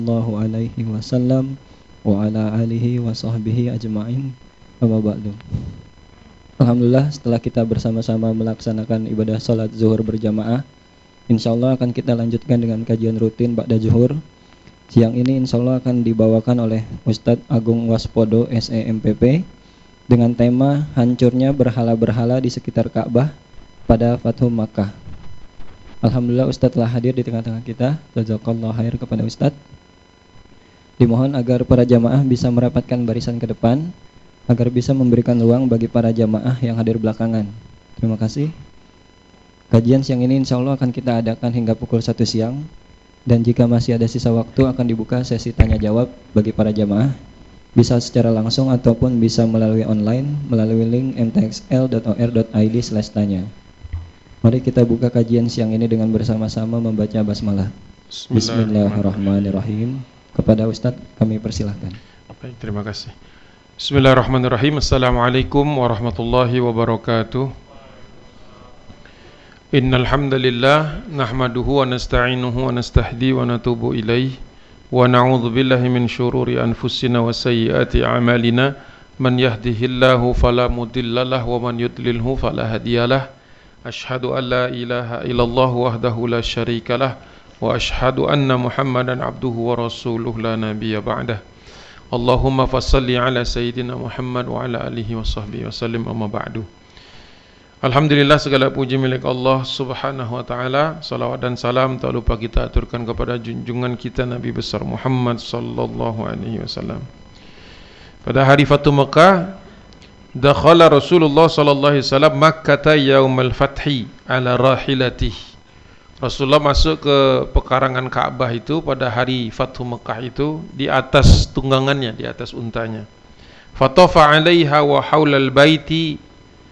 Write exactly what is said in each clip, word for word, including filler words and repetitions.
Sallallahu alaihi wasallam wa ala alihi wa sahbihi ajma'in. Amma ba'du. Alhamdulillah, setelah kita bersama-sama melaksanakan ibadah salat zuhur berjamaah, insyaallah akan kita lanjutkan dengan kajian rutin ba'da zuhur. Siang ini insyaallah akan dibawakan oleh Ustadz Agung Waspodo S E M P P dengan tema hancurnya berhala-berhala di sekitar Ka'bah pada Fathu Makkah. Alhamdulillah Ustadz telah hadir di tengah-tengah kita. Jazakallahu khair kepada Ustadz. Dimohon agar para jamaah bisa merapatkan barisan ke depan agar bisa memberikan ruang bagi para jamaah yang hadir belakangan. Terima kasih. Kajian siang ini insya Allah akan kita adakan hingga pukul satu siang. Dan jika masih ada sisa waktu akan dibuka sesi tanya jawab bagi para jamaah. Bisa secara langsung ataupun bisa melalui online melalui link m t x l dot o r dot i d slash tanya. Mari kita buka kajian siang ini dengan bersama-sama membaca basmalah. Bismillahirrahmanirrahim. Kepada Ustadz kami persilahkan. Baik, terima kasih. Bismillahirrahmanirrahim. Assalamualaikum warahmatullahi wabarakatuh. Innal hamdalillah nahmaduhu wa nasta'inuhu wa nastahdi wa natubu ilaih wa na'udzu billahi min syururi anfusina wa sayyiati a'malina man yahdihillahu fala mudhillalah wa man yudlilhu fala hadiyalah. Asyhadu an la ilaha illallah wahdahu la syarikalah wa asyhadu anna Muhammadan abduhu wa rasuluh la nabiyya ba'dah. Allahumma fassalli ala sayyidina Muhammad wa ala alihi wa sahbihi wa sallim, amma ba'du. Alhamdulillah, segala puji milik Allah subhanahu wa ta'ala. Salawat dan salam tak lupa kita aturkan kepada junjungan kita Nabi besar Muhammad sallallahu alaihi wasallam. Pada hari Fathu Makkah, dakhala Rasulullah sallallahu alaihi wasallam Makkah yaumal fathi ala rahilatihi. Rasulullah masuk ke pekarangan Ka'bah itu pada hari Fathu Makkah itu di atas tunggangannya, di atas untanya. Fatafa 'alaiha wa haulal baiti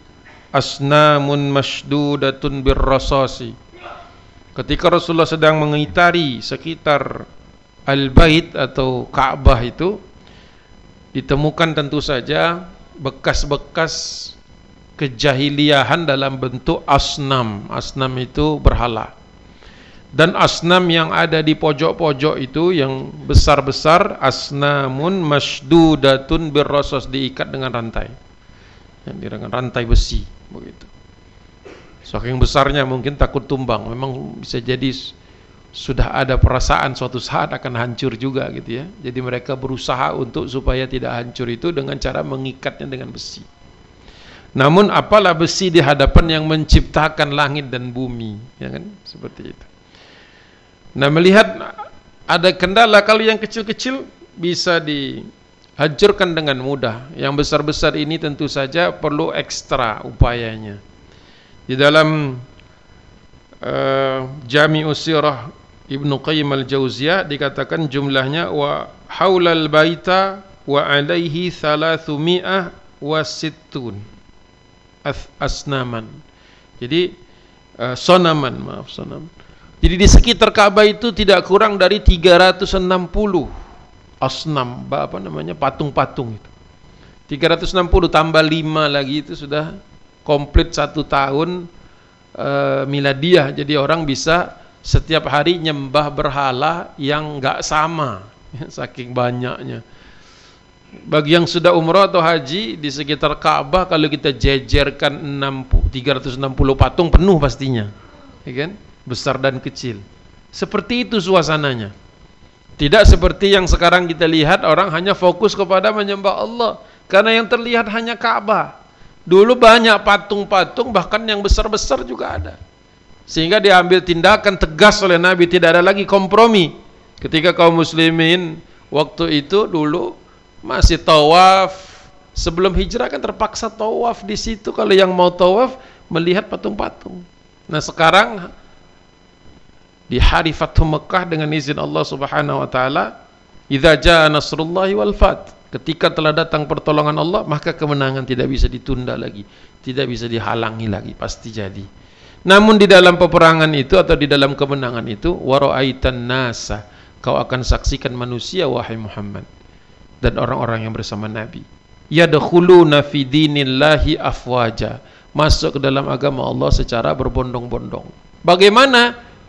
asnamun mashdudatun birrasasi. Ketika Rasulullah sedang mengitari sekitar al-bait atau Ka'bah itu, ditemukan tentu saja bekas-bekas kejahiliahan dalam bentuk asnam. Asnam itu berhala. Dan asnam yang ada di pojok-pojok itu yang besar-besar, asnamun mashdudatun birrasas, diikat dengan rantai, yang dengan rantai besi begitu. Saking besarnya mungkin takut tumbang. Memang bisa jadi sudah ada perasaan suatu saat akan hancur juga gitu ya. Jadi mereka berusaha untuk supaya tidak hancur itu dengan cara mengikatnya dengan besi. Namun apalah besi di hadapan yang menciptakan langit dan bumi, ya kan? Seperti itu. Nah, melihat ada kendala, kalau yang kecil-kecil bisa dihancurkan dengan mudah. Yang besar-besar ini tentu saja perlu ekstra upayanya. Di dalam uh, Jami'us Sirah Ibnu Qayyim al-Jauziyah dikatakan jumlahnya wa haulal baita wa alaihi thalathumi'ah wa sittun asnaman. Jadi uh, sonaman, maaf sonaman. Jadi di sekitar Ka'bah itu tidak kurang dari tiga ratus enam puluh asnam, apa namanya, patung-patung itu. tiga ratus enam puluh tambah lima lagi itu sudah komplit satu tahun uh, miladiah. Jadi orang bisa setiap hari nyembah berhala yang enggak sama, saking banyaknya. Bagi yang sudah umrah atau haji di sekitar Ka'bah, kalau kita jejerkan tiga ratus enam puluh patung penuh pastinya, ya kan? Besar dan kecil. Seperti itu suasananya. Tidak seperti yang sekarang kita lihat, orang hanya fokus kepada menyembah Allah karena yang terlihat hanya Ka'bah. Dulu banyak patung-patung, bahkan yang besar-besar juga ada. Sehingga diambil tindakan tegas oleh Nabi, tidak ada lagi kompromi. Ketika kaum muslimin waktu itu dulu masih tawaf, sebelum hijrah kan terpaksa tawaf di situ kalau yang mau tawaf melihat patung-patung. Nah, sekarang di hari Fathu Makkah dengan izin Allah Subhanahu wa taala, idza jaa nasrullahi wal fath, ketika telah datang pertolongan Allah, maka kemenangan tidak bisa ditunda lagi, tidak bisa dihalangi lagi, pasti jadi. Namun di dalam peperangan itu atau di dalam kemenangan itu, wa ra'aitan nasa, kau akan saksikan manusia wahai Muhammad dan orang-orang yang bersama Nabi, yadkhuluna fi dinillahi afwaja, masuk ke dalam agama Allah secara berbondong-bondong. Bagaimana?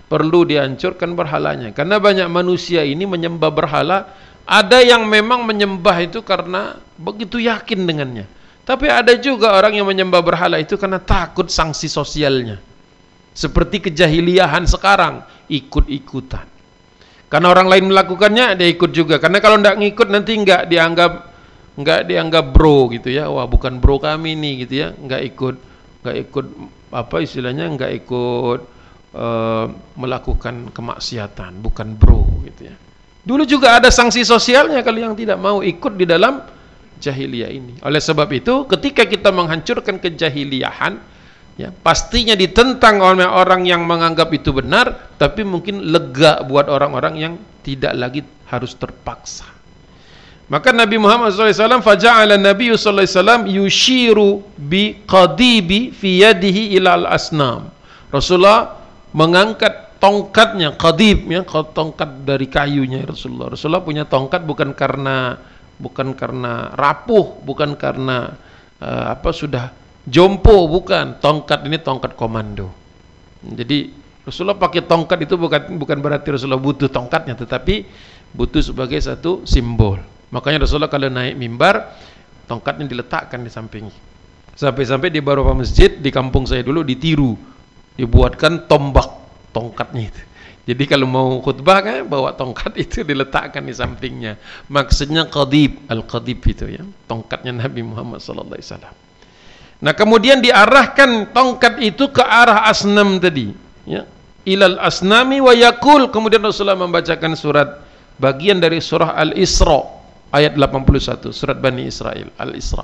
perlu dihancurkan berhalanya. Karena banyak manusia ini menyembah berhala, ada yang memang menyembah itu karena begitu yakin dengannya. Tapi ada juga orang yang menyembah berhala itu karena takut sanksi sosialnya. Seperti kejahiliahan sekarang, ikut-ikutan. Karena orang lain melakukannya, dia ikut juga. Karena kalau tidak ngikut nanti enggak dianggap enggak dianggap bro gitu ya. Wah, bukan bro kami nih gitu ya. Enggak ikut enggak ikut apa istilahnya, enggak ikut uh, melakukan kemaksiatan, bukan bro gitu ya. Dulu juga ada sanksi sosialnya kalau yang tidak mau ikut di dalam jahiliyah ini. Oleh sebab itu, ketika kita menghancurkan kejahiliahan, ya, pastinya ditentang oleh orang yang menganggap itu benar, tapi mungkin lega buat orang-orang yang tidak lagi harus terpaksa. Maka Nabi Muhammad shallallahu alaihi wasallam faja'ala Nabi sallallahu alaihi wasallam yushiru bi qadibi fi yadihi ila al-asnam. Rasulullah mengangkat tongkatnya, qadib ya, tongkat dari kayunya Rasulullah. Rasulullah punya tongkat bukan karena bukan karena rapuh, bukan karena uh, apa sudah jompo, bukan. Tongkat ini tongkat komando. Jadi Rasulullah pakai tongkat itu bukan bukan berarti Rasulullah butuh tongkatnya, tetapi butuh sebagai satu simbol. Makanya Rasulullah kalau naik mimbar, tongkatnya diletakkan di sampingnya. Sampai-sampai di beberapa masjid di kampung saya dulu ditiru, dibuatkan tombak tongkatnya itu. Jadi kalau mau khutbah kan bawa tongkat itu diletakkan di sampingnya. Maksudnya qadib, al-qadib itu ya, tongkatnya Nabi Muhammad sallallahu alaihi wasallam. Nah, kemudian diarahkan tongkat itu ke arah asnam tadi, ya. Ilal asnami wa yaqul, kemudian Rasulullah membacakan surat bagian dari surah Al-Isra ayat delapan puluh satu, surat Bani Israel, Al-Isra.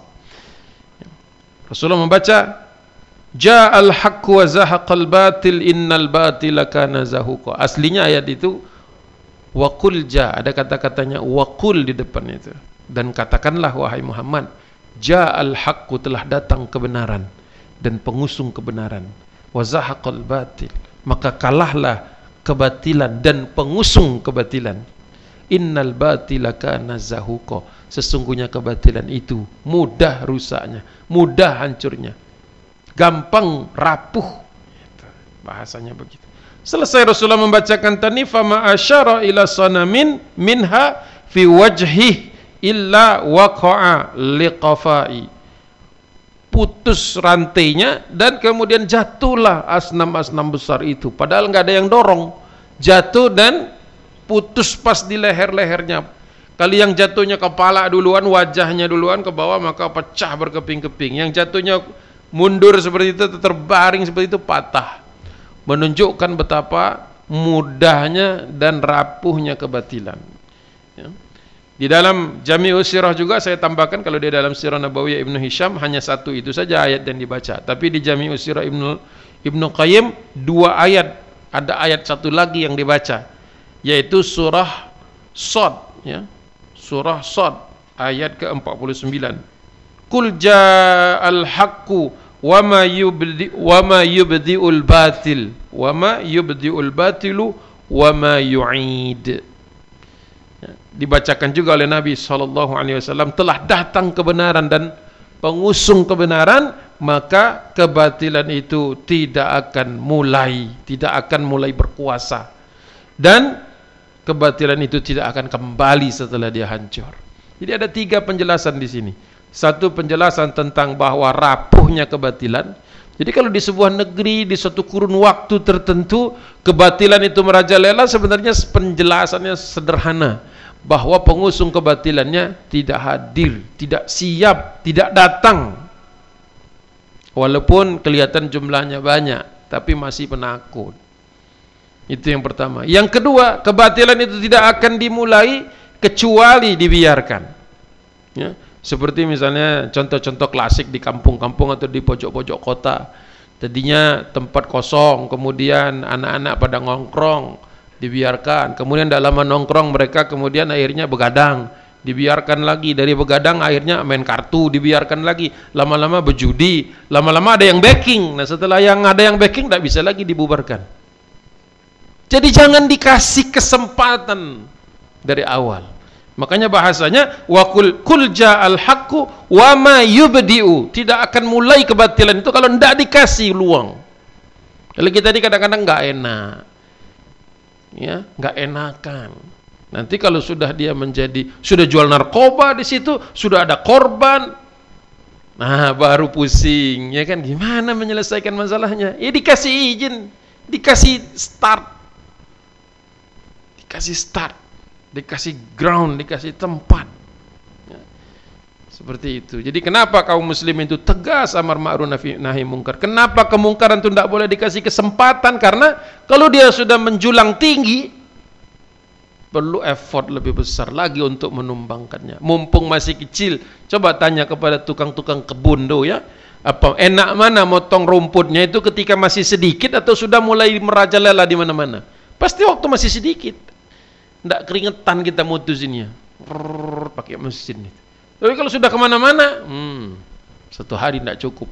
Rasulullah membaca Ja'al haqqu wa zahaqal batil innal batila kana zahuqa. Aslinya ayat itu wa qul ja, ada kata-katanya wa qul di depan itu. Dan katakanlah wahai Muhammad, ja'al haqqu, telah datang kebenaran dan pengusung kebenaran. Wa zahaqal batil, maka kalahlah kebatilan dan pengusung kebatilan. Innal batila kana zahuqa, sesungguhnya kebatilan itu mudah rusaknya, mudah hancurnya, gampang rapuh. Bahasanya begitu. Selesai Rasulullah membacakan tani, fama asyara ila sanamin minha fi wajhi illa waqa'a liqafai. Putus rantainya dan kemudian jatuhlah asnam-asnam besar itu. Padahal enggak ada yang dorong. Jatuh dan putus pas di leher-lehernya. Kali yang jatuhnya kepala duluan, wajahnya duluan ke bawah, maka pecah berkeping-keping. Yang jatuhnya mundur seperti itu, terbaring seperti itu, patah. Menunjukkan betapa mudahnya dan rapuhnya kebatilan. Ya. Di dalam Jami'us Sirah juga saya tambahkan, kalau di dalam Sirah Nabawiyah Ibnu Hisham hanya satu itu saja ayat yang dibaca. Tapi di Jami'us Sirah Ibnu Ibnu Qayyim dua ayat, ada ayat satu lagi yang dibaca, yaitu surah Shad, ya. Surah Shad ayat ke empat puluh sembilan. Qul ja'al haqqu wa ma yubdi wa ma yubdiul batil wa ma yubdiul batilu wa ma yu'id. Ya, dibacakan juga oleh Nabi sallallahu alaihi wasallam, telah datang kebenaran dan pengusung kebenaran, maka kebatilan itu tidak akan mulai, tidak akan mulai berkuasa, dan kebatilan itu tidak akan kembali setelah dia hancur. Jadi ada tiga penjelasan di sini. Satu penjelasan tentang bahwa rapuhnya kebatilan. Jadi kalau di sebuah negeri, di suatu kurun waktu tertentu, kebatilan itu merajalela, sebenarnya penjelasannya sederhana, bahwa pengusung kebatilannya tidak hadir, tidak siap, tidak datang. Walaupun kelihatan jumlahnya banyak, tapi masih penakut. Itu yang pertama. Yang kedua, kebatilan itu tidak akan dimulai kecuali dibiarkan. Ya. Seperti misalnya contoh-contoh klasik di kampung-kampung atau di pojok-pojok kota. Tadinya tempat kosong, kemudian anak-anak pada nongkrong, dibiarkan. Kemudian dalam nongkrong mereka kemudian akhirnya begadang, dibiarkan lagi. Dari begadang akhirnya main kartu, dibiarkan lagi. Lama-lama berjudi, lama-lama ada yang backing. Nah, setelah yang ada yang backing tidak bisa lagi dibubarkan. Jadi jangan dikasih kesempatan dari awal. Makanya bahasanya wa kul kul ja'al haqqu wa ma yubdi'u, tidak akan mulai kebatilan itu kalau tidak dikasih luang. Kalau kita tadi kadang-kadang enggak enak. ya, nggak enakan. Nanti kalau sudah dia menjadi, sudah jual narkoba di situ, sudah ada korban, nah baru pusing, ya kan? Gimana menyelesaikan masalahnya? Ya dikasih izin, dikasih start, dikasih start, dikasih ground, dikasih tempat. Ya. Seperti itu. Jadi kenapa kaum muslimin itu tegas amar ma'ruf nahi mungkar? Kenapa kemungkaran itu tidak boleh dikasih kesempatan? Karena kalau dia sudah menjulang tinggi, perlu effort lebih besar lagi untuk menumbangkannya. Mumpung masih kecil, coba tanya kepada tukang-tukang kebun tuh ya, apa enak mana motong rumputnya itu ketika masih sedikit atau sudah mulai merajalela di mana-mana? Pasti waktu masih sedikit. Nggak keringetan kita mutusinnya, Rrrr, pakai mesin itu. Tapi kalau sudah kemana-mana, hmm, satu hari tidak cukup.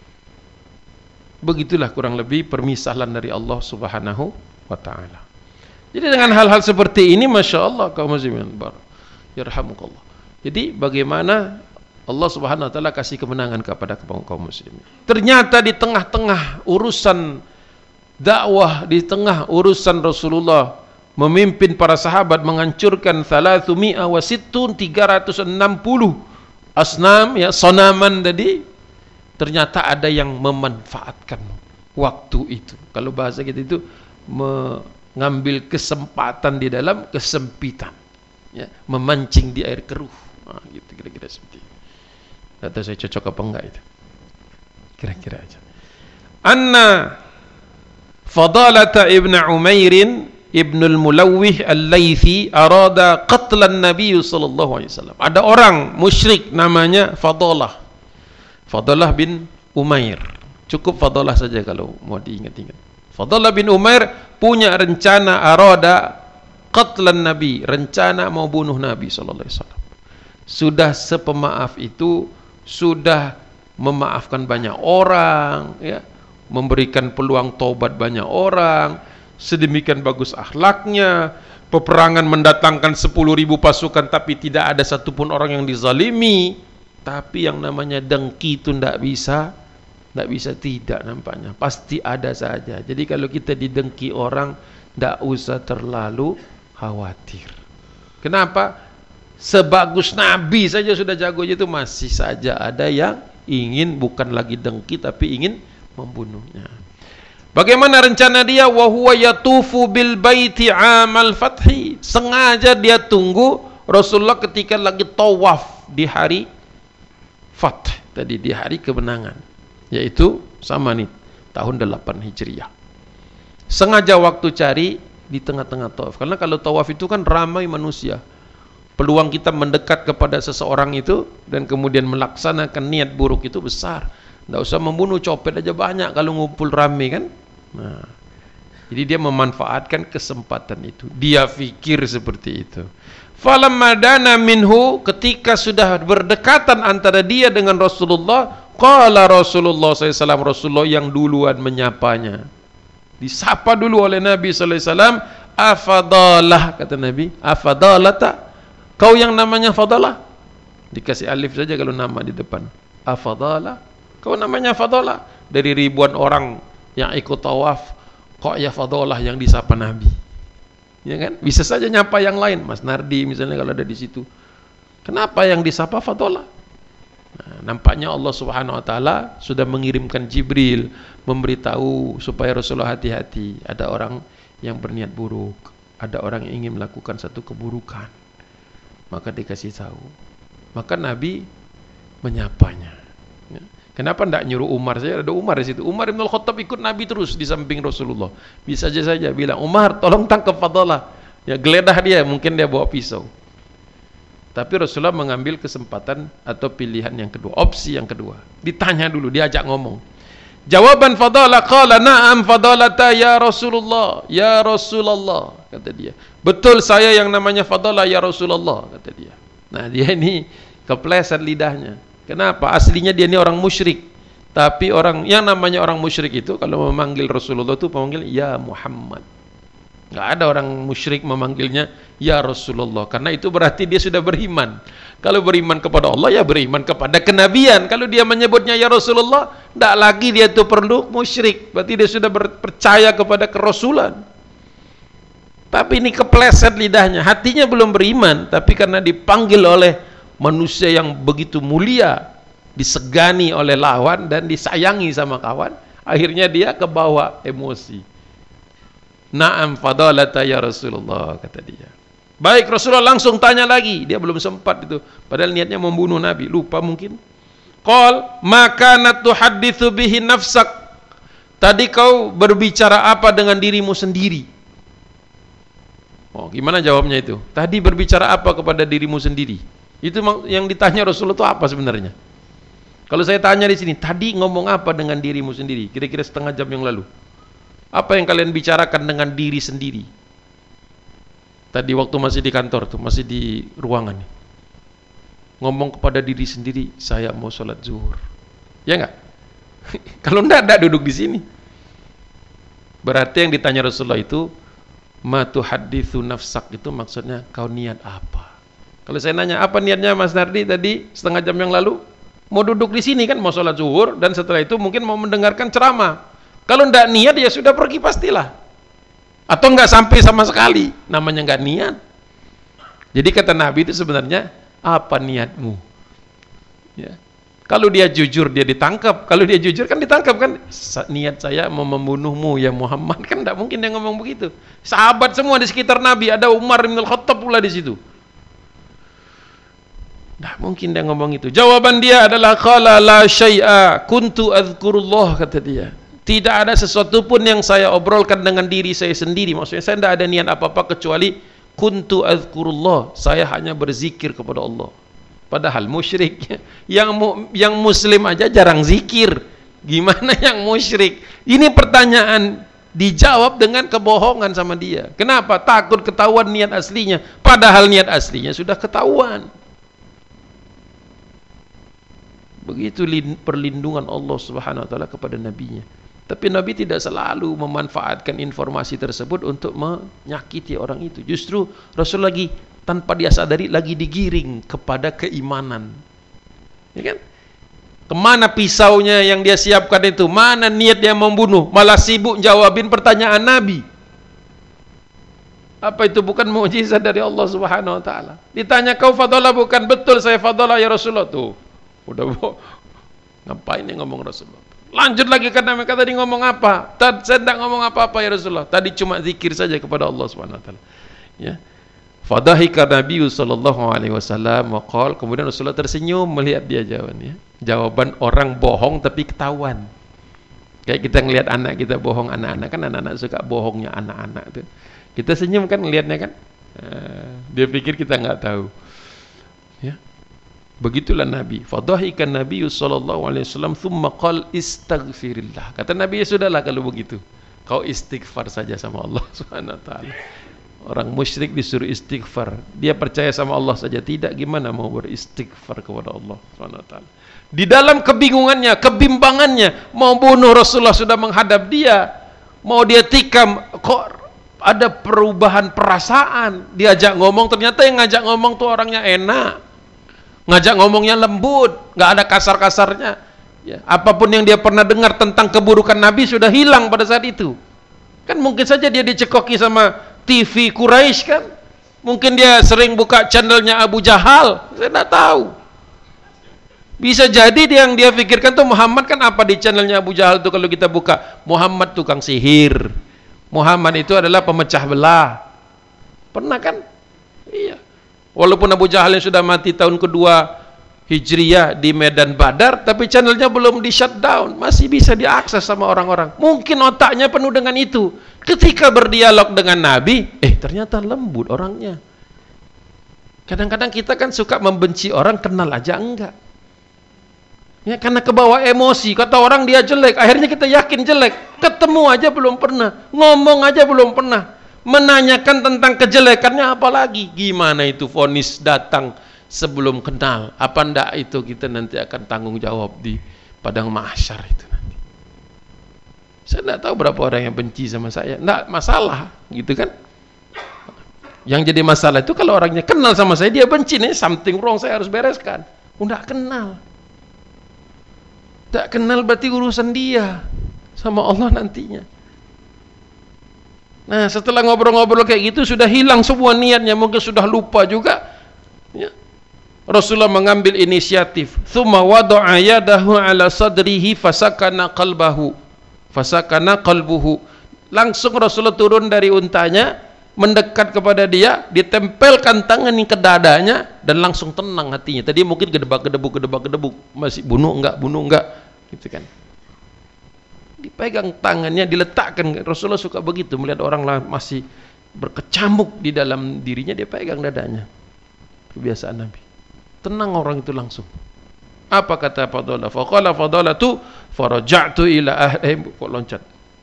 Begitulah kurang lebih permisalan dari Allah Subhanahu wa Ta'ala. Jadi dengan hal-hal seperti ini, masya Allah kaum muslimin, yarhamukallah. Jadi bagaimana Allah Subhanahu Wa Taala kasih kemenangan kepada kaum muslimin. Ternyata di tengah-tengah urusan dakwah, di tengah urusan Rasulullah memimpin para sahabat menghancurkan thalathumia wa sittun, tiga ratus enam puluh asnam, ya, sonaman tadi, ternyata ada yang memanfaatkan waktu itu. Kalau bahasa kita itu mengambil kesempatan di dalam kesempitan, ya, memancing di air keruh. Nah, gitu kira-kira seperti itu. Tidak tahu saya cocok apa enggak itu. Kira-kira aja. Anna Fadalata ibn Umairin ibn al-Mulawih al-Laythi arada qatlan Nabi sallallahu alaihi wasallam. Ada orang musyrik namanya Fadalah. Fadalah bin Umair. Cukup Fadalah saja kalau mau diingat-ingat. Fadalah bin Umair punya rencana arada qatlan Nabi, rencana mau bunuh Nabi sallallahu alaihi wasallam. Sudah sepemaaf itu, sudah memaafkan banyak orang, ya, memberikan peluang taubat banyak orang, sedemikian bagus akhlaknya, peperangan mendatangkan sepuluh ribu pasukan tapi tidak ada satupun orang yang dizalimi. Tapi yang namanya dengki itu tidak bisa, tidak bisa tidak nampaknya, pasti ada saja. Jadi kalau kita didengki orang, tidak usah terlalu khawatir. Kenapa? Sebagus Nabi saja sudah jago itu, masih saja ada yang ingin, bukan lagi dengki tapi ingin membunuhnya. Bagaimana rencana dia? Wa huwa yatufu bil baiti amal fathi. Sengaja dia tunggu Rasulullah ketika lagi tawaf di hari fath, tadi di hari kemenangan, yaitu sama nih tahun delapan Hijriah. Sengaja waktu cari di tengah-tengah tawaf, karena kalau tawaf itu kan ramai manusia. Peluang kita mendekat kepada seseorang itu dan kemudian melaksanakan niat buruk itu besar. Tidak usah membunuh, copet aja banyak kalau ngumpul rame kan. Nah, jadi dia memanfaatkan kesempatan itu. Dia fikir seperti itu. Falamma dana minhu, ketika sudah berdekatan antara dia dengan Rasulullah, qala Rasulullah sallallahu alaihi wasallam, Rasulullah yang duluan menyapanya. Disapa dulu oleh Nabi sallallahu alaihi wasallam, afadalah, kata Nabi, afadalata, kau yang namanya Fadalah. Dikasih alif saja kalau nama di depan. Afadalah, kau namanya Fadalah. Dari ribuan orang yang ikut tawaf, kok ya Fadalah yang disapa Nabi, ya kan? Bisa saja nyapa yang lain, Mas Nardi misalnya kalau ada di situ. Kenapa yang disapa Fadalah? Nah, nampaknya Allah Subhanahu wa Ta'ala sudah mengirimkan Jibril memberitahu supaya Rasulullah hati-hati. Ada orang yang berniat buruk, ada orang yang ingin melakukan satu keburukan, maka dikasih tahu. Maka Nabi menyapanya. Ya. Kenapa tidak nyuruh Umar saja? Ada Umar di situ. Umar bin Al-Khattab ikut Nabi terus di samping Rasulullah. Bisa saja saja bilang, Umar tolong tangkap Fadalah. Ya, geledah dia, mungkin dia bawa pisau. Tapi Rasulullah mengambil kesempatan atau pilihan yang kedua, opsi yang kedua. Ditanya dulu, diajak ngomong. Jawaban Fadalah, qala na'am Fadalata ya Rasulullah, ya Rasulullah, kata dia. Betul saya yang namanya Fadalah ya Rasulullah, kata dia. Nah, dia ini kepleset lidahnya. Kenapa? Aslinya dia ini orang musyrik. Tapi orang yang namanya orang musyrik itu kalau memanggil Rasulullah itu memanggil ya Muhammad. Enggak ada orang musyrik memanggilnya ya Rasulullah, karena itu berarti dia sudah beriman. Kalau beriman kepada Allah, ya beriman kepada kenabian. Kalau dia menyebutnya ya Rasulullah, tidak lagi dia itu perlu musyrik. Berarti dia sudah percaya kepada kerasulan. Tapi ini kepleset lidahnya, hatinya belum beriman, tapi karena dipanggil oleh manusia yang begitu mulia, disegani oleh lawan dan disayangi sama kawan, akhirnya dia kebawa emosi. Na'am fadalata ya Rasulullah, kata dia. Baik, Rasulullah langsung tanya lagi, dia belum sempat itu, padahal niatnya membunuh Nabi, lupa mungkin. Qal maka natuhadditsu bihi nafsak. Tadi kau berbicara apa dengan dirimu sendiri? Oh, gimana jawabnya itu? Tadi berbicara apa kepada dirimu sendiri? Itu yang ditanya Rasulullah itu apa sebenarnya? Kalau saya tanya di sini, tadi ngomong apa dengan dirimu sendiri? Kira-kira setengah jam yang lalu. Apa yang kalian bicarakan dengan diri sendiri? Tadi waktu masih di kantor tuh, masih di ruangan nih. Ngomong kepada diri sendiri, saya mau sholat zuhur. Ya enggak? Kalau enggak, enggak duduk di sini. Berarti yang ditanya Rasulullah itu, ma tuhaditsu nafsak, itu maksudnya kau niat apa? Kalau saya nanya, apa niatnya Mas Nardi tadi setengah jam yang lalu? Mau duduk di sini kan, mau sholat zuhur, dan setelah itu mungkin mau mendengarkan ceramah. Kalau enggak niat, ya sudah pergi pastilah. Atau enggak sampai sama sekali, namanya enggak niat. Jadi kata Nabi itu sebenarnya, apa niatmu? Ya. Kalau dia jujur, dia ditangkap. Kalau dia jujur kan ditangkap kan. Niat saya mau membunuhmu ya Muhammad, kan enggak mungkin dia ngomong begitu. Sahabat semua di sekitar Nabi, ada Umar bin Khattab pula di situ. Nah, mungkin dia ngomong itu. Jawaban dia adalah qala la syai'a kuntu azkurullah, kata dia. Tidak ada sesuatu pun yang saya obrolkan dengan diri saya sendiri. Maksudnya saya tidak ada niat apa-apa kecuali kuntu azkurullah. Saya hanya berzikir kepada Allah. Padahal musyrik yang mu, yang muslim aja jarang zikir. Gimana yang musyrik? Ini pertanyaan dijawab dengan kebohongan sama dia. Kenapa? Takut ketahuan niat aslinya. Padahal niat aslinya sudah ketahuan. Begitu perlindungan Allah Subhanahu wa taala kepada nabinya. Tapi Nabi tidak selalu memanfaatkan informasi tersebut untuk menyakiti orang itu. Justru Rasul lagi tanpa dia sadari lagi digiring kepada keimanan. Ya kan? Kemana pisaunya yang dia siapkan itu? Mana niat dia membunuh? Malah sibuk jawabin pertanyaan Nabi. Apa itu bukan mukjizat dari Allah Subhanahu wa taala? Ditanya, kau fadalah bukan? Betul saya fadalah ya Rasulullah. Tuh. Udah ngapain dia ngomong Rasulullah? Lanjut lagi karena mereka tadi ngomong apa? Tadi saya tidak ngomong apa-apa ya Rasulullah. Tadi cuma zikir saja kepada Allah Subhanahu wa taala. Ya. Fadhahika Nabi sallallahu alaihi wasallam wa qala, kemudian Rasulullah tersenyum melihat dia jawabannya. Jawaban orang bohong tapi ketahuan. Kayak kita ngelihat anak kita bohong, anak-anak kan anak-anak suka bohongnya anak-anak tuh. Kita senyum kan ngelihatnya kan? Uh, dia pikir kita nggak tahu. Ya. Begitulah Nabi. Fadhahika Nabi sallallahu alaihi wasallam thumma qala istaghfirillah. Kata Nabi, ya sudahlah kalau begitu. Kau istighfar saja sama Allah Subhanahu wa taala. Orang musyrik disuruh istighfar. Dia percaya sama Allah saja tidak, gimana mau beristighfar kepada Allah Subhanahu wa taala. Di dalam kebingungannya, kebimbangannya, mau bunuh Rasulullah sudah menghadap dia, mau dia tikam, kok ada perubahan perasaan. Diajak ngomong, ternyata yang ngajak ngomong tuh orangnya enak. Ngajak ngomongnya lembut, nggak ada kasar-kasarnya. Ya, apapun yang dia pernah dengar tentang keburukan Nabi sudah hilang pada saat itu. Kan mungkin saja dia dicekoki sama T V Quraisy kan. Mungkin dia sering buka channelnya Abu Jahal. Saya tidak tahu. Bisa jadi dia yang dia pikirkan tuh Muhammad kan apa di channelnya Abu Jahal tuh kalau kita buka. Muhammad tukang sihir. Muhammad itu adalah pemecah belah. Pernah kan? Iya. Walaupun Abu Jahal yang sudah mati tahun kedua Hijriyah di Medan Badar, tapi channelnya belum di shutdown, masih bisa diakses sama orang-orang. Mungkin otaknya penuh dengan itu. Ketika berdialog dengan Nabi, eh ternyata lembut orangnya. Kadang-kadang kita kan suka membenci orang, kenal aja enggak. Ya, karena kebawa emosi, kata orang dia jelek, akhirnya kita yakin jelek. Ketemu aja belum pernah, ngomong aja belum pernah. Menanyakan tentang kejelekannya apalagi. Gimana itu vonis datang sebelum kenal? Apa ndak itu kita nanti akan tanggung jawab di padang mahsyar itu nanti. Saya tidak tahu berapa orang yang benci sama saya. Ndak masalah, gitu kan? Yang jadi masalah itu kalau orangnya kenal sama saya, dia benci, nih something wrong, saya harus bereskan. Oh, ndak kenal. Ndak kenal berarti urusan dia sama Allah nantinya. Nah, setelah ngobrol-ngobrol kayak gitu sudah hilang semua niatnya, mungkin sudah lupa juga. Ya. Rasulullah mengambil inisiatif. Tsumma wada'a yadahu ala sadrihi fasakana qalbahu. Fasakana qalbuhu. Langsung Rasulullah turun dari untanya, mendekat kepada dia, ditempelkan tangan ke dadanya dan langsung tenang hatinya. Tadi mungkin gedebak-gedebuk gedebak-gedebuk, masih bunuh enggak, bunuh enggak, gitu kan. Dipegang tangannya, diletakkan. Rasulullah suka begitu, melihat orang masih berkecamuk di dalam dirinya, dia pegang dadanya. Kebiasaan Nabi. Tenang orang itu langsung. Apa kata Fadalah? Faqala Fadalatu faraja'tu ila ahli, kok loncat.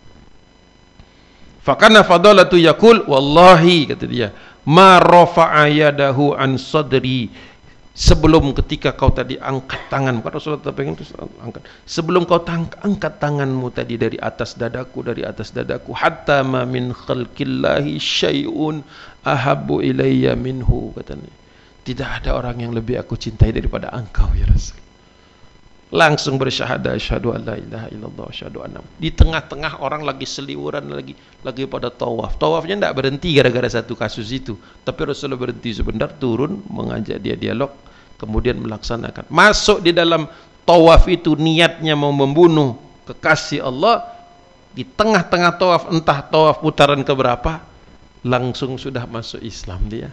Fakana Fadalatu yaqul wallahi, kata dia, ma rafa'a yadahu an sadri, sebelum ketika kau tadi angkat tangan, bukan Rasulullah pengen terus angkat, sebelum kau tang angkat tanganmu tadi dari atas dadaku, dari atas dadaku, hatta ma min khalqillahi syai'un ahabbu ilayya minhu, katanya, tidak ada orang yang lebih aku cintai daripada engkau ya Rasul. Langsung bersyahadah asyhadu an la ilaha illallah asyhadu anna. Di tengah-tengah orang lagi seliwuran, lagi lagi pada tawaf. Tawafnya tidak berhenti gara-gara satu kasus itu, tapi Rasulullah berhenti sebentar, turun, mengajak dia dialog, kemudian melaksanakan. Masuk di dalam tawaf itu niatnya mau membunuh kekasih Allah. Di tengah-tengah tawaf, entah tawaf putaran keberapa, langsung sudah masuk Islam dia.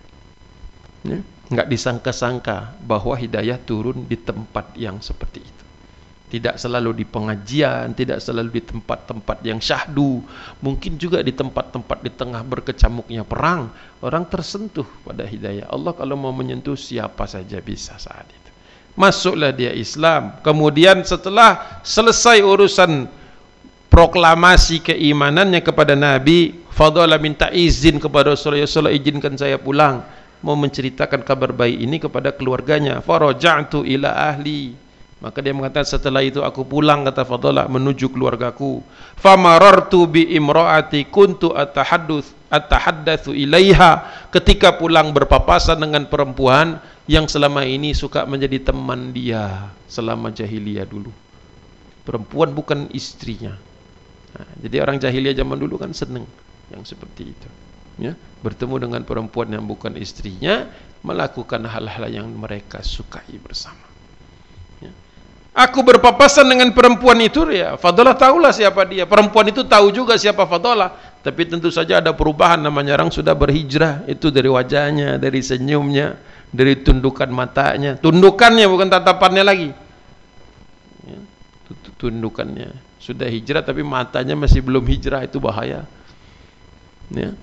Ya, nggak disangka-sangka bahwa hidayah turun di tempat yang seperti itu. Tidak selalu di pengajian, tidak selalu di tempat-tempat yang syahdu, mungkin juga di tempat-tempat di tengah berkecamuknya perang, orang tersentuh pada hidayah. Allah kalau mau menyentuh siapa saja bisa saat itu. Masuklah dia Islam. Kemudian setelah selesai urusan proklamasi keimanannya kepada Nabi, Fadalah minta izin kepada Rasulullah, ya Rasulullah, izinkan saya pulang, mau menceritakan kabar baik ini kepada keluarganya. Faraja'tu ila ahli, maka dia mengatakan setelah itu aku pulang, kata Fadalah, menuju keluargaku. Famarartu bi imraati kuntu atahadduts atahaddatsu ilaiha, ketika pulang berpapasan dengan perempuan yang selama ini suka menjadi teman dia selama jahiliyah dulu. Perempuan bukan istrinya. Nah, jadi orang jahiliyah zaman dulu kan senang yang seperti itu. Ya, bertemu dengan perempuan yang bukan istrinya, melakukan hal-hal yang mereka sukai bersama. Ya. Aku berpapasan dengan perempuan itu, ya Fadalah tahulah siapa dia. Perempuan itu tahu juga siapa Fadalah, tapi tentu saja ada perubahan, namanya orang sudah berhijrah. Itu dari wajahnya, dari senyumnya, dari tundukan matanya. Tundukannya bukan tatapannya lagi. Ya. Tundukannya sudah hijrah, tapi matanya masih belum hijrah, itu bahaya. Ya.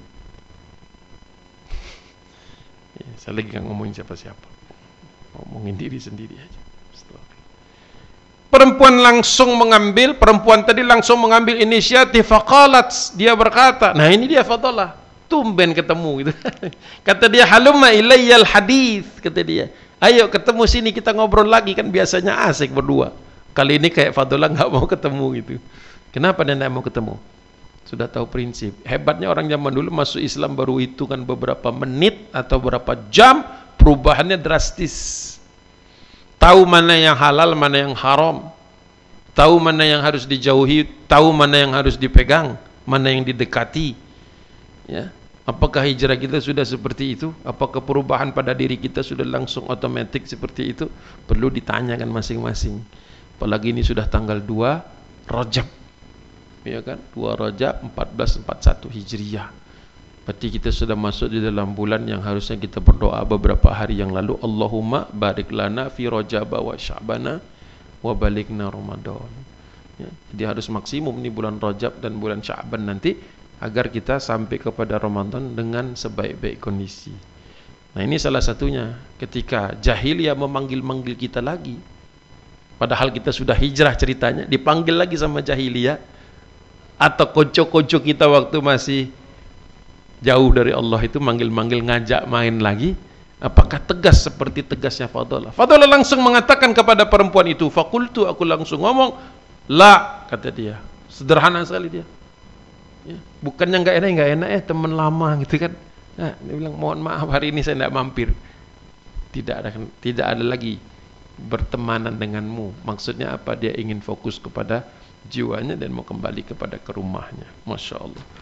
Saya lagi gak ngomongin siapa-siapa, ngomongin diri sendiri aja. Perempuan langsung mengambil, perempuan tadi langsung mengambil inisiatif. Faqalat, dia berkata, nah ini dia Fadalah, tumben ketemu gitu. Kata dia, halumma ilayyal hadis, kata dia, ayo ketemu sini kita ngobrol lagi, kan biasanya asik berdua. Kali ini kayak Fadalah nggak mau ketemu gitu. Kenapa dia nggak mau ketemu? Sudah tahu prinsip. Hebatnya orang zaman dulu masuk Islam baru itu kan beberapa menit atau beberapa jam, perubahannya drastis. Tahu mana yang halal, mana yang haram, tahu mana yang harus dijauhi, tahu mana yang harus dipegang, mana yang didekati. Ya, apakah hijrah kita sudah seperti itu? Apakah perubahan pada diri kita sudah langsung otomatis seperti itu? Perlu ditanyakan masing-masing. Apalagi ini sudah tanggal dua Rajab. Ya kan, dua Rajab empat belas empat puluh satu Hijriah. Berarti kita sudah masuk di dalam bulan yang harusnya kita berdoa beberapa hari yang lalu, Allahumma barik lana fi Rajab wa Sya'bana wa balikna Ramadan. Ya, jadi harus maksimum nih bulan Rajab dan bulan Sya'ban nanti, agar kita sampai kepada Ramadan dengan sebaik-baik kondisi. Nah, ini salah satunya, ketika jahiliyah memanggil-manggil kita lagi, padahal kita sudah hijrah ceritanya, dipanggil lagi sama jahiliyah. Atau kocok-kocok kita waktu masih jauh dari Allah itu manggil-manggil, ngajak main lagi. Apakah tegas seperti tegasnya Fadalah? Fadalah langsung mengatakan kepada perempuan itu, fakultu, aku langsung ngomong, la, kata dia. Sederhana sekali dia. Ya, bukannya nggak enak, nggak enak eh teman lama gitu kan. Nah, dia bilang, mohon maaf hari ini saya tidak mampir. Tidak ada, tidak ada lagi bertemanan denganmu. Maksudnya apa? Dia ingin fokus kepada jiwanya dan mau kembali kepada ke rumahnya. Masya Allah.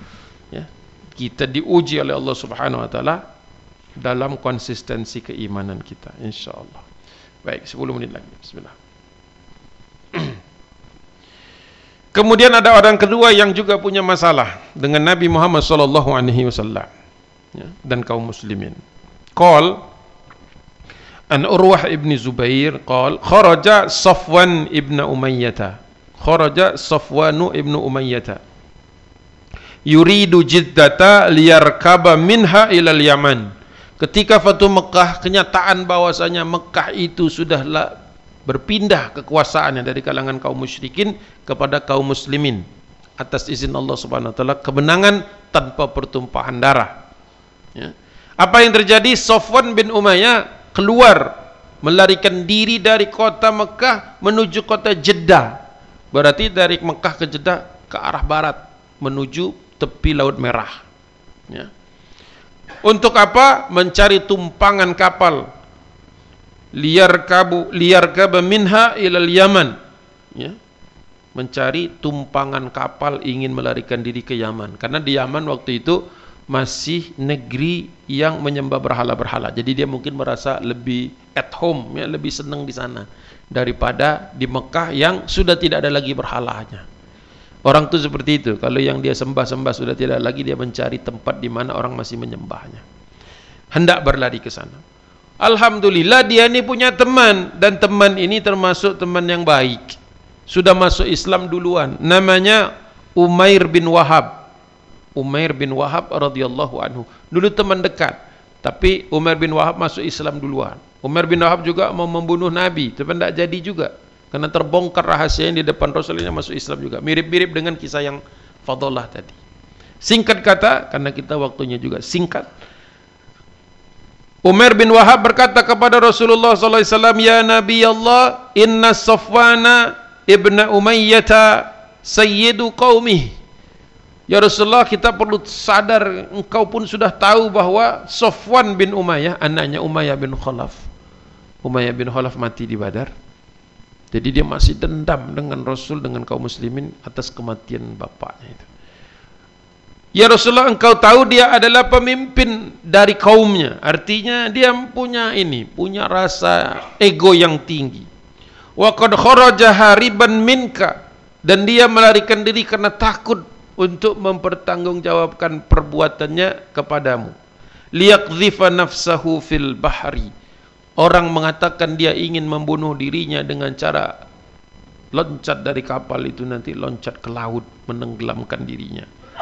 Ya, kita diuji oleh Allah Subhanahu wa taala dalam konsistensi keimanan kita, insyaallah. Baik, sepuluh menit lagi. Bismillah. Kemudian ada orang kedua yang juga punya masalah dengan Nabi Muhammad sallallahu alaihi wasallam, ya, dan kaum muslimin. Qal an Urwah ibn Zubair qal kharaja Safwan ibn Umayyah. Kharaja Safwanu ibn Umayyah yuridu jiddata liyarkaba minha ilal Yaman. Ketika Fatu Mekah, kenyataan bahwasanya Mekah itu sudahlah berpindah kekuasaannya dari kalangan kaum musyrikin kepada kaum muslimin atas izin Allah Subhanahu wa taala, kemenangan tanpa pertumpahan darah. Ya. Apa yang terjadi? Safwan bin Umayyah keluar melarikan diri dari kota Mekah menuju kota Jeddah. Berarti dari Mekah ke Jeddah ke arah barat menuju tepi Laut Merah. Ya. Untuk apa? Mencari tumpangan kapal. Liar kabu liar kaba minha ilal Yaman, ya, mencari tumpangan kapal ingin melarikan diri ke Yaman, karena di Yaman waktu itu masih negeri yang menyembah berhala-berhala, jadi dia mungkin merasa lebih at home, ya, lebih senang di sana daripada di Mekah yang sudah tidak ada lagi berhalanya. Orang itu seperti itu, kalau yang dia sembah-sembah sudah tidak lagi, dia mencari tempat di mana orang masih menyembahnya, hendak berlari ke sana. Alhamdulillah dia ini punya teman, dan teman ini termasuk teman yang baik, sudah masuk Islam duluan, namanya Umair bin Wahab. Umair bin Wahab radhiyallahu anhu, dulu teman dekat, tapi Umair bin Wahab masuk Islam duluan. Umair bin Wahab juga mau membunuh Nabi, tapi tidak jadi juga, karena terbongkar rahasianya di depan Rasulullah, masuk Islam juga. Mirip-mirip dengan kisah yang Fadlah tadi. Singkat kata, karena kita waktunya juga singkat, Umair bin Wahab berkata kepada Rasulullah sallallahu alaihi wasallam, "Ya Nabi Allah, inna Safwana ibna Umayyah sayyidu qaumih." Ya Rasulullah, kita perlu sadar, engkau pun sudah tahu bahwa Safwan bin Umayyah, anaknya Umayyah bin Khalaf. Umayyah bin Khalaf mati di Badar. Jadi dia masih dendam dengan Rasul, dengan kaum muslimin atas kematian bapaknya itu. Ya Rasulullah, engkau tahu dia adalah pemimpin dari kaumnya. Artinya dia punya ini, punya rasa ego yang tinggi. Wa qad kharaja hariban minka, dan dia melarikan diri karena takut untuk mempertanggungjawabkan perbuatannya kepadamu. Liyaqdhifa nafsahu fil bahri. Orang mengatakan dia ingin membunuh dirinya dengan cara loncat dari kapal itu, nanti loncat ke laut, menenggelamkan dirinya.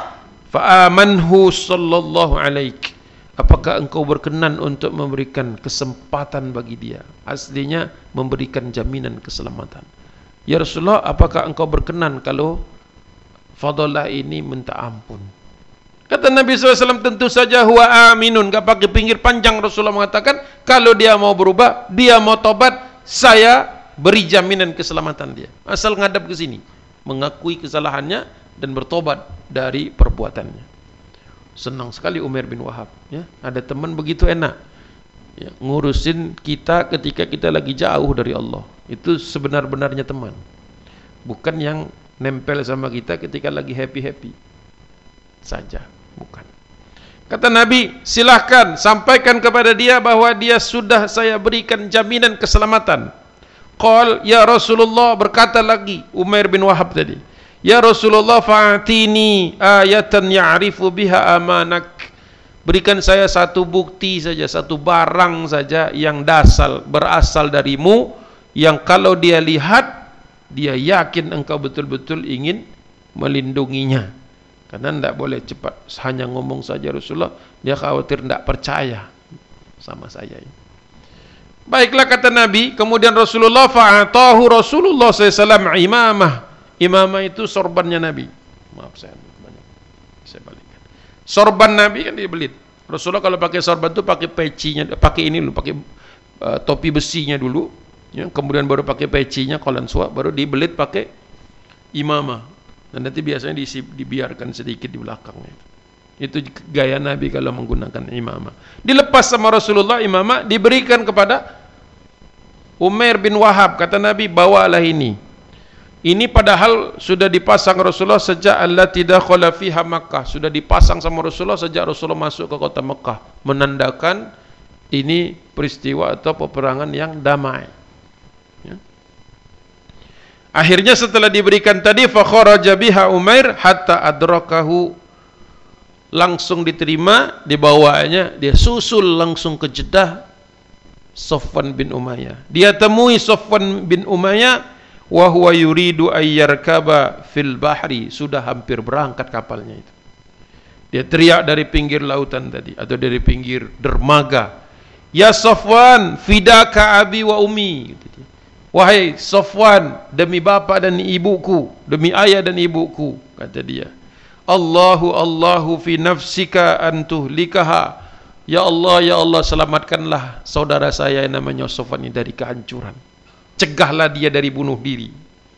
Fa'amanhu sallallahu alaik. Apakah engkau berkenan untuk memberikan kesempatan bagi dia? Aslinya memberikan jaminan keselamatan. Ya Rasulullah, apakah engkau berkenan kalau Fadlah ini minta ampun? Kata Nabi shallallahu alaihi wasallam, tentu saja huwa aminun. Gak pakai pinggir panjang, Rasulullah mengatakan, kalau dia mau berubah, dia mau tobat, saya beri jaminan keselamatan dia. Asal ngadap ke sini, mengakui kesalahannya dan bertobat dari perbuatannya. Senang sekali Umair bin Wahab, ya, ada teman begitu enak, ya, ngurusin kita ketika kita lagi jauh dari Allah. Itu sebenar-benarnya teman, bukan yang nempel sama kita ketika lagi happy-happy saja, bukan. Kata Nabi, silahkan sampaikan kepada dia bahwa dia sudah saya berikan jaminan keselamatan. Qal ya Rasulullah, berkata lagi Umair bin Wahab tadi, ya Rasulullah, fa'atini ayatan ya'rifu biha amanak. Berikan saya satu bukti saja, satu barang saja yang dasar berasal darimu, yang kalau dia lihat, dia yakin engkau betul-betul ingin melindunginya. Karena tidak boleh cepat hanya ngomong saja Rasulullah, dia khawatir tidak percaya sama saya ini. Baiklah, kata Nabi. Kemudian Rasulullah fa'atahu Rasulullah sallallahu alaihi wasallam imamah. Imamah itu sorbannya Nabi. Maaf saya banyak, saya balikkan. Sorban Nabi kan dibelit. Rasulullah kalau pakai sorban itu pakai pecinya, pakai ini dulu, pakai uh, topi besinya dulu, ya, kemudian baru pakai pecinya, kolan suap, baru dibelit pakai imamah. Dan nanti biasanya diisi, dibiarkan sedikit di belakangnya. Itu gaya Nabi kalau menggunakan imamah. Dilepas sama Rasulullah imamah, diberikan kepada Umair bin Wahab. Kata Nabi, bawalah ini. Ini padahal sudah dipasang Rasulullah sejak allati dakhala fiha Makkah, sudah dipasang sama Rasulullah sejak Rasulullah masuk ke kota Makkah, menandakan ini peristiwa atau peperangan yang damai. Ya. Akhirnya setelah diberikan tadi, fa kharaja biha Umair hatta adrakahu, langsung diterima, dibawanya, dia susul langsung ke Jeddah Safwan bin Umayyah. Dia temui Safwan bin Umayyah wa huwa yuridu ayyarkaba fil bahri, sudah hampir berangkat kapalnya itu. Dia teriak dari pinggir lautan tadi atau dari pinggir dermaga, "Ya Safwan, fidaka abi wa ummi." Wahai Safwan, demi bapak dan ibuku, demi ayah dan ibuku, kata dia. Allahu Allahu fi nafsika an tuhlikaha. Ya Allah, ya Allah, selamatkanlah saudara saya yang namanya Safwan ini dari kehancuran. Cegahlah dia dari bunuh diri.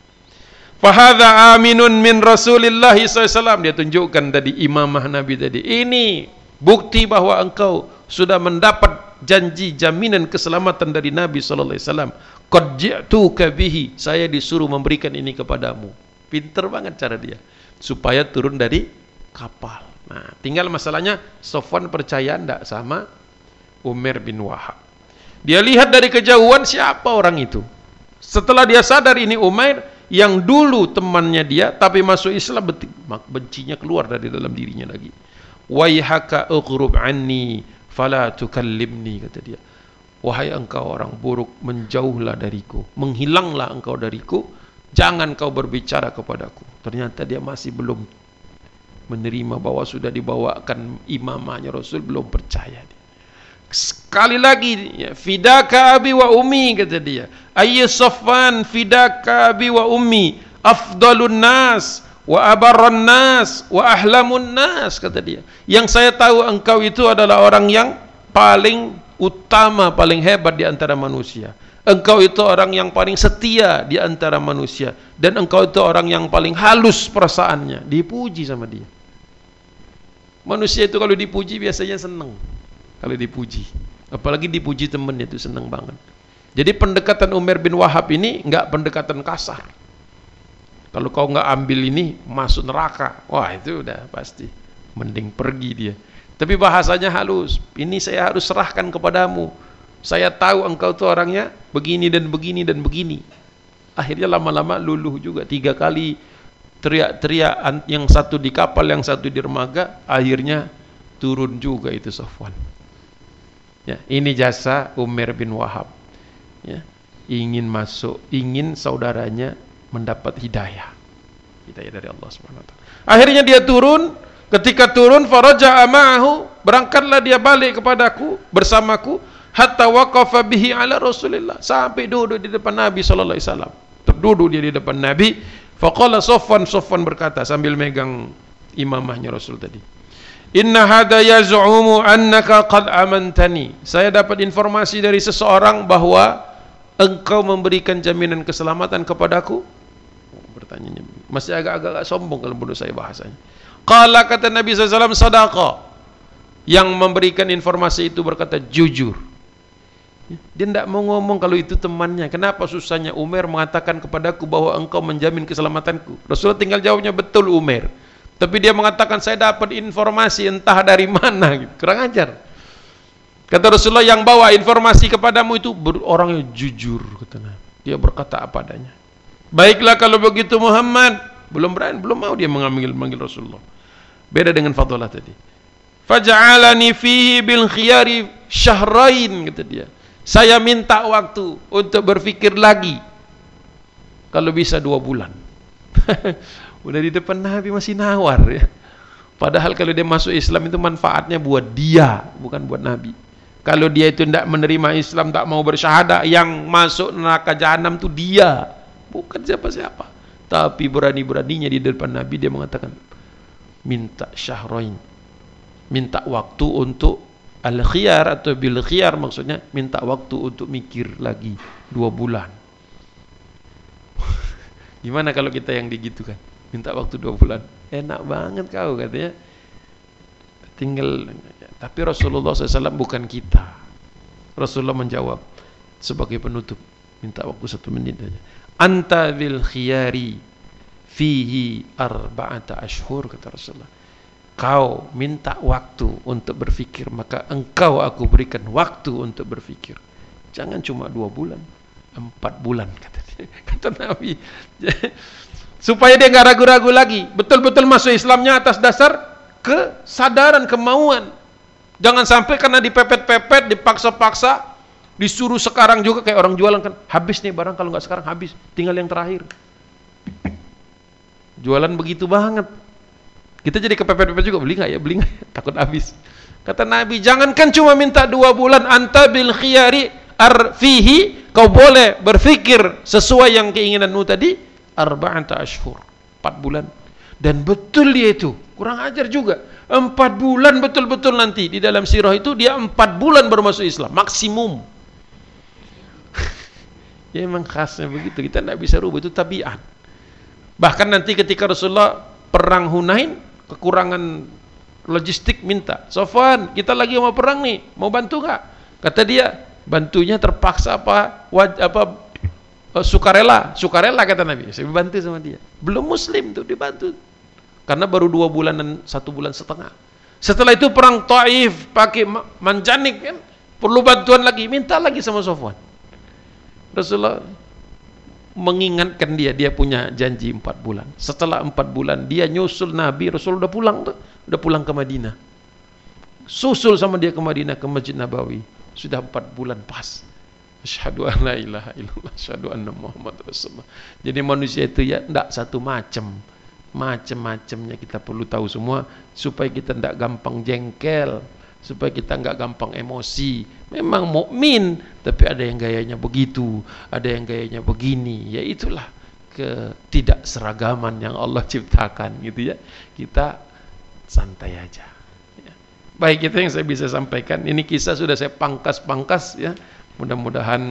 Fahadha aminun min Rasulillah sallallahu alaihi wasallam. Dia tunjukkan tadi imamah Nabi tadi. Ini bukti bahwa engkau sudah mendapat janji jaminan keselamatan dari Nabi sallallahu alaihi wasallam. Qad ji'tuka bihi, saya disuruh memberikan ini kepadamu. Pinter banget cara dia supaya turun dari kapal. Nah, tinggal masalahnya Safwan percaya enggak sama Umair bin Wahab. Dia lihat dari kejauhan siapa orang itu. Setelah dia sadar ini Umair yang dulu temannya dia tapi masuk Islam, bencinya keluar dari dalam dirinya lagi. Waihaka uqrub anni fala tukallimni, kata dia. Wahai engkau orang buruk, menjauhlah dariku, menghilanglah engkau dariku, jangan kau berbicara kepadaku. Ternyata dia masih belum menerima bahwa sudah dibawakan imamahnya Rasul, belum percaya dia. Sekali lagi, ya, fidaka abi wa ummi, kata dia. Ayy Safwan, fidaka abi wa ummi, afdalun nas wa abarran nas wa ahlamun nas, kata dia. Yang saya tahu engkau itu adalah orang yang paling utama, paling hebat di antara manusia. Engkau itu orang yang paling setia di antara manusia, dan engkau itu orang yang paling halus perasaannya. Dipuji sama dia. Manusia itu kalau dipuji biasanya senang. Kalau dipuji, apalagi dipuji temennya, itu senang banget. Jadi pendekatan Umair bin Wahab ini enggak pendekatan kasar. Kalau kau enggak ambil ini, masuk neraka. Wah, itu udah pasti. Mending pergi dia. Tapi bahasanya halus. Ini saya harus serahkan kepadamu. Saya tahu engkau tuh orangnya begini dan begini dan begini. Akhirnya lama-lama luluh juga. Tiga kali teriak-teriak, yang satu di kapal, yang satu di dermaga. Akhirnya turun juga itu Safwan. Ya, ini jasa Umair bin Wahab. Ya, ingin masuk, ingin saudaranya mendapat hidayah. Hidayah dari Allah subhanahu wa taala. Akhirnya dia turun. Ketika turun, faraja'a ma'ahu, berangkatlah dia balik kepadaku, bersamaku, hatta waqafa bihi ala Rasulillah, sampai duduk di depan Nabi sallallahu alaihi wasallam. Terduduk dia di depan Nabi. Faqala Safwan, Safwan berkata sambil megang imamahnya Rasul tadi, inna hadha yaz'umu annaka qad amantani. Saya dapat informasi dari seseorang bahwa engkau memberikan jaminan keselamatan kepadaku. Oh, bertanyanya masih agak-agak sombong kalau menurut saya bahasanya. Qala, kata Nabi sallallahu alaihi wasallam, sadaqa. Yang memberikan informasi itu berkata jujur. Dia tidak mau ngomong kalau itu temannya. Kenapa susahnya Umair mengatakan kepadaku bahwa engkau menjamin keselamatanku? Rasulullah tinggal jawabnya, betul Umair. Tapi dia mengatakan saya dapat informasi entah dari mana. Kurang ajar. Kata Rasulullah, yang bawa informasi kepadamu itu orang yang jujur, kata Nabi. Dia berkata apa adanya. Baiklah kalau begitu Muhammad. Belum berani, belum mau dia mengambil manggil Rasulullah. Beda dengan Fadlah tadi. Faja'alani fihi bil khiyari syahrain, kata dia. Saya minta waktu untuk berfikir lagi. Kalau bisa dua bulan. Udah di depan Nabi masih nawar ya. Padahal kalau dia masuk Islam itu manfaatnya buat dia, bukan buat Nabi. Kalau dia itu tidak menerima Islam, tak mau bersyahadah, yang masuk neraka jahanam itu dia, bukan siapa-siapa. Tapi berani-beraninya di depan Nabi dia mengatakan, minta syahrain, minta waktu untuk al-khiyar atau bil khiyar, maksudnya minta waktu untuk mikir lagi dua bulan. Gimana kalau kita yang digitukan? Minta waktu dua bulan. Enak banget kau, katanya. Tinggal, tapi Rasulullah shallallahu alaihi wasallam bukan kita. Rasulullah menjawab sebagai penutup, minta waktu satu menit saja. anta bil khiyari fihi arba'ata ashhur, kata Rasulullah. Kau minta waktu untuk berfikir, maka engkau aku berikan waktu untuk berfikir. Jangan cuma dua bulan, empat bulan, kata dia. Kata Nabi. Supaya dia nggak ragu-ragu lagi, betul-betul masuk Islamnya atas dasar kesadaran, kemauan. Jangan sampai karena dipepet-pepet, dipaksa-paksa, disuruh sekarang juga, kayak orang jualan kan, habis nih barang, kalau nggak sekarang habis, tinggal yang terakhir. Jualan begitu banget. Kita jadi kepepet-pepet juga, beli nggak ya, beli nggak ya? Takut habis. Kata Nabi, jangankan cuma minta dua bulan, anta bil khiyari arfihi, kau boleh berfikir sesuai yang keinginanmu tadi, arba'ata ashhur, empat bulan. Dan betul dia itu, kurang ajar juga, empat bulan betul-betul nanti di dalam sirah itu dia empat bulan baru masuk Islam maksimum. Ya memang khasnya begitu, kita tidak bisa rubah, itu tabiat. Bahkan nanti ketika Rasulullah perang Hunain, kekurangan logistik, minta, Sofwan, kita lagi mau perang nih, mau bantu nggak? Kata dia, bantunya terpaksa apa, waj, apa uh, sukarela, sukarela kata Nabi. Saya bantu sama dia. Belum Muslim tuh dibantu, karena baru dua bulan dan satu bulan setengah. Setelah itu perang Taif, pakai manjanik kan, perlu bantuan lagi, minta lagi sama Sofwan. Rasulullah mengingatkan dia, dia punya janji empat bulan. Setelah empat bulan dia nyusul Nabi, Rasul udah pulang tuh, udah pulang ke Madinah. Susul sama dia ke Madinah, ke Masjid Nabawi. Sudah empat bulan pas. Asyhadu an la ilaha illallah, asyhadu anna Muhammad Rasulullah. Jadi manusia itu ya enggak satu macam. Macam-macamnya kita perlu tahu semua supaya kita enggak gampang jengkel, supaya kita enggak gampang emosi. Memang mukmin, tapi ada yang gayanya begitu, ada yang gayanya begini. Ya itulah ketidakseragaman yang Allah ciptakan gitu ya. Kita santai aja. Ya. Baik, itu yang saya bisa sampaikan. Ini kisah sudah saya pangkas-pangkas ya. Mudah-mudahan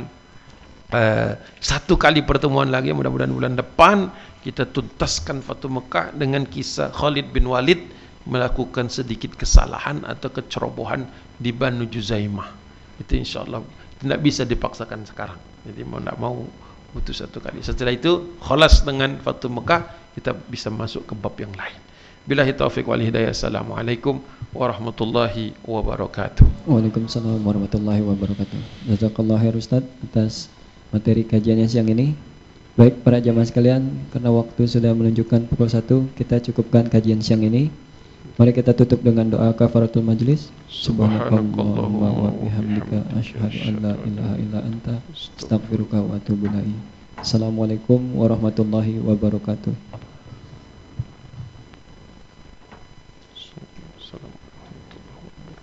uh, satu kali pertemuan lagi, mudah-mudahan bulan depan kita tuntaskan Fatu Mekah dengan kisah Khalid bin Walid melakukan sedikit kesalahan atau kecerobohan di Banu Juzaimah. Itu insyaallah tidak bisa dipaksakan sekarang. Jadi mau tidak mau butuh satu kali. Setelah itu khalas dengan Fatu Mekah, kita bisa masuk ke bab yang lain. Billahi taufiq wal hidayah. Assalamualaikum warahmatullahi wabarakatuh. Waalaikumsalam warahmatullahi wabarakatuh. Jazakallahu khair Ustaz atas materi kajiannya siang ini. Baik para jamaah sekalian, karena waktu sudah menunjukkan pukul satu, kita cukupkan kajian siang ini. Mari kita tutup dengan doa kafaratul majlis. Subhanakallahumma wa bihamdika asyhadu an la ilaha illa anta astaghfiruka wa atubu ilaik. Assalamualaikum warahmatullahi wabarakatuh.